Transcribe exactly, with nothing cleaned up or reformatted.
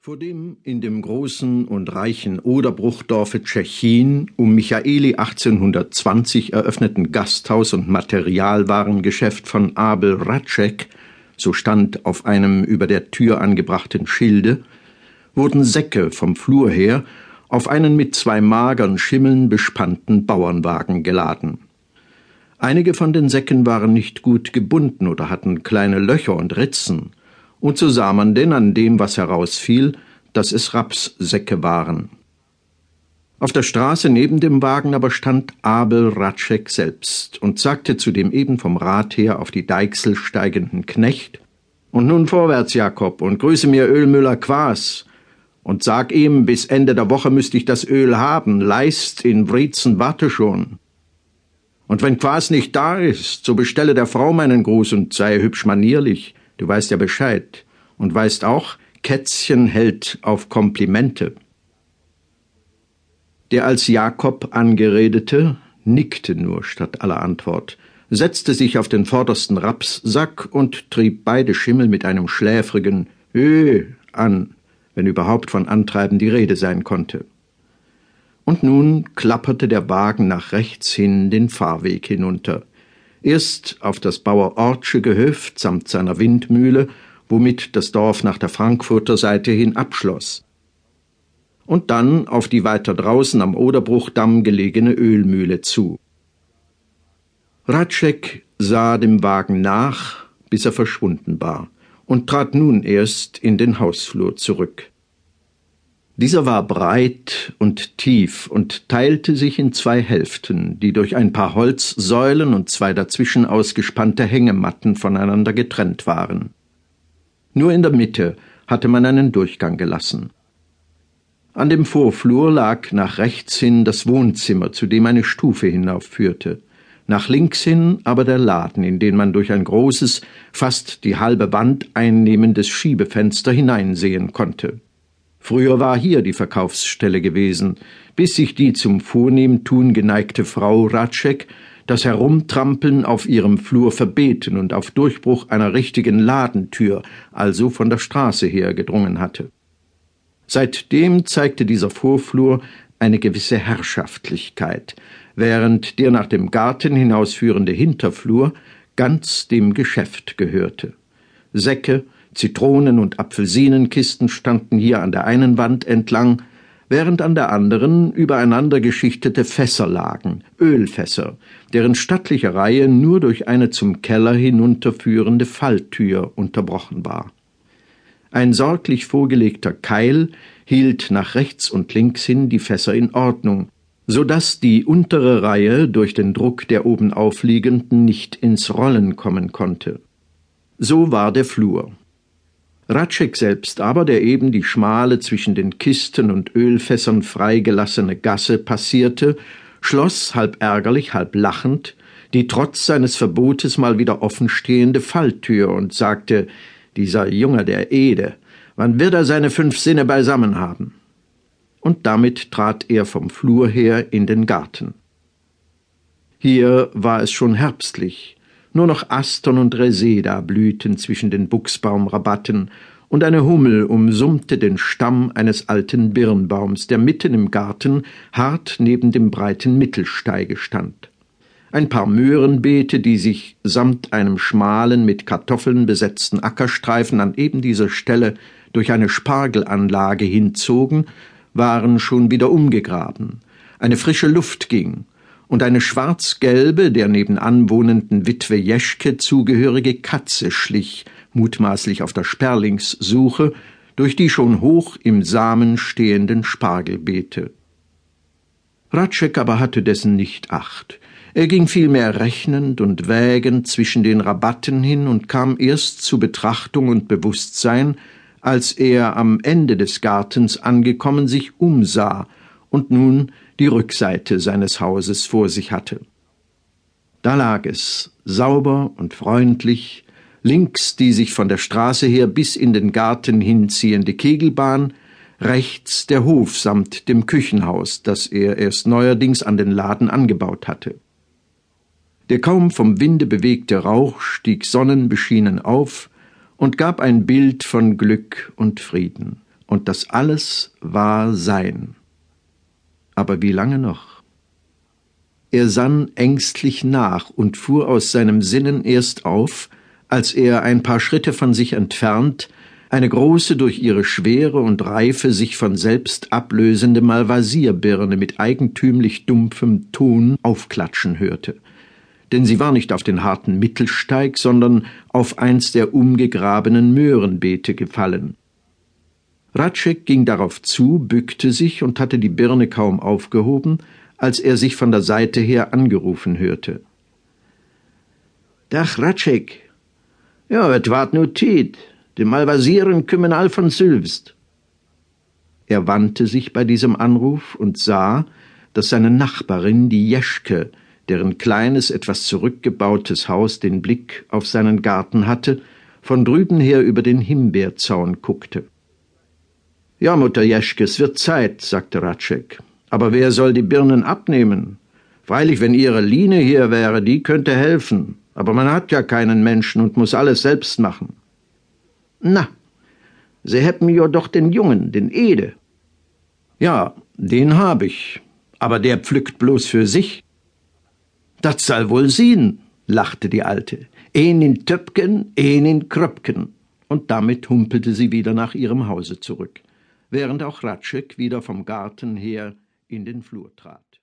Vor dem in dem großen und reichen Oderbruchdorfe Tschechin um Michaeli achtzehnhundertzwanzig eröffneten Gasthaus- und Materialwarengeschäft von Abel Ratschek, so stand auf einem über der Tür angebrachten Schilde, wurden Säcke vom Flur her auf einen mit zwei mageren Schimmeln bespannten Bauernwagen geladen. Einige von den Säcken waren nicht gut gebunden oder hatten kleine Löcher und Ritzen, und so sah man denn an dem, was herausfiel, dass es Rapssäcke waren. Auf der Straße neben dem Wagen aber stand Abel Ratschek selbst und sagte zu dem eben vom Rad her auf die Deichsel steigenden Knecht: »Und nun vorwärts, Jakob, und grüße mir Ölmüller Quaas, und sag ihm, bis Ende der Woche müsste ich das Öl haben, Leist in Wriezen warte schon. Und wenn Quaas nicht da ist, so bestelle der Frau meinen Gruß und sei hübsch manierlich. Du weißt ja Bescheid und weißt auch, Kätzchen hält auf Komplimente.« Der als Jakob angeredete nickte nur statt aller Antwort, setzte sich auf den vordersten Rapssack und trieb beide Schimmel mit einem schläfrigen »Hö« an, wenn überhaupt von Antreiben die Rede sein konnte. Und nun klapperte der Wagen nach rechts hin den Fahrweg hinunter, erst auf das Bauer Ortsche Gehöft samt seiner Windmühle, womit das Dorf nach der Frankfurter Seite hin abschloss, und dann auf die weiter draußen am Oderbruchdamm gelegene Ölmühle zu. Ratschek sah dem Wagen nach, bis er verschwunden war, und trat nun erst in den Hausflur zurück. Dieser war breit und tief und teilte sich in zwei Hälften, die durch ein paar Holzsäulen und zwei dazwischen ausgespannte Hängematten voneinander getrennt waren. Nur in der Mitte hatte man einen Durchgang gelassen. An dem Vorflur lag nach rechts hin das Wohnzimmer, zu dem eine Stufe hinaufführte, nach links hin aber der Laden, in den man durch ein großes, fast die halbe Wand einnehmendes Schiebefenster hineinsehen konnte. Früher war hier die Verkaufsstelle gewesen, bis sich die zum Vornehmtun geneigte Frau Ratschek das Herumtrampeln auf ihrem Flur verbeten und auf Durchbruch einer richtigen Ladentür, also von der Straße her, gedrungen hatte. Seitdem zeigte dieser Vorflur eine gewisse Herrschaftlichkeit, während der nach dem Garten hinausführende Hinterflur ganz dem Geschäft gehörte. Säcke, Zitronen- und Apfelsinenkisten standen hier an der einen Wand entlang, während an der anderen übereinander geschichtete Fässer lagen, Ölfässer, deren stattliche Reihe nur durch eine zum Keller hinunterführende Falltür unterbrochen war. Ein sorglich vorgelegter Keil hielt nach rechts und links hin die Fässer in Ordnung, so dass die untere Reihe durch den Druck der oben aufliegenden nicht ins Rollen kommen konnte. So war der Flur. Ratschek selbst aber, der eben die schmale, zwischen den Kisten und Ölfässern freigelassene Gasse passierte, schloss, halb ärgerlich, halb lachend, die trotz seines Verbotes mal wieder offenstehende Falltür und sagte: »Dieser Junge der Ede, wann wird er seine fünf Sinne beisammen haben?« Und damit trat er vom Flur her in den Garten. Hier war es schon herbstlich. Nur noch Astern und Reseda blühten zwischen den Buchsbaumrabatten, und eine Hummel umsummte den Stamm eines alten Birnbaums, der mitten im Garten hart neben dem breiten Mittelsteige stand. Ein paar Möhrenbeete, die sich samt einem schmalen, mit Kartoffeln besetzten Ackerstreifen an eben dieser Stelle durch eine Spargelanlage hinzogen, waren schon wieder umgegraben. Eine frische Luft ging, und eine schwarz-gelbe, der nebenan wohnenden Witwe Jeschke zugehörige Katze schlich, mutmaßlich auf der Sperlingssuche, durch die schon hoch im Samen stehenden Spargelbeete. Ratschek aber hatte dessen nicht Acht. Er ging vielmehr rechnend und wägend zwischen den Rabatten hin und kam erst zu Betrachtung und Bewusstsein, als er am Ende des Gartens angekommen sich umsah und nun die Rückseite seines Hauses vor sich hatte. Da lag es, sauber und freundlich, links die sich von der Straße her bis in den Garten hinziehende Kegelbahn, rechts der Hof samt dem Küchenhaus, das er erst neuerdings an den Laden angebaut hatte. Der kaum vom Winde bewegte Rauch stieg sonnenbeschienen auf und gab ein Bild von Glück und Frieden. und das alles war sein. Aber wie lange noch? Er sann ängstlich nach und fuhr aus seinem Sinnen erst auf, als er ein paar Schritte von sich entfernt eine große, durch ihre Schwere und Reife sich von selbst ablösende Malvasierbirne mit eigentümlich dumpfem Ton aufklatschen hörte. Denn sie war nicht auf den harten Mittelsteig, sondern auf eins der umgegrabenen Möhrenbeete gefallen. Hradscheck ging darauf zu, bückte sich und hatte die Birne kaum aufgehoben, als er sich von der Seite her angerufen hörte. »Dach, Hradscheck! Ja, et wart nu Tiet. De Malvasieren kümmen all von sülvst.« Er wandte sich bei diesem Anruf und sah, dass seine Nachbarin, die Jeschke, deren kleines, etwas zurückgebautes Haus den Blick auf seinen Garten hatte, von drüben her über den Himbeerzaun guckte. »Ja, Mutter Jeschke, es wird Zeit«, sagte Hradscheck. »Aber wer soll die Birnen abnehmen? Freilich, wenn Ihre Line hier wäre, die könnte helfen. Aber man hat ja keinen Menschen und muss alles selbst machen.« »Na, Sie hätten jo doch den Jungen, den Ede.« »Ja, den hab ich, aber der pflückt bloß für sich.« »Das soll wohl sien«, lachte die Alte. »Een in Töpken, een in Kröpken.« Und damit humpelte sie wieder nach ihrem Hause zurück, während auch Hradscheck wieder vom Garten her in den Flur trat.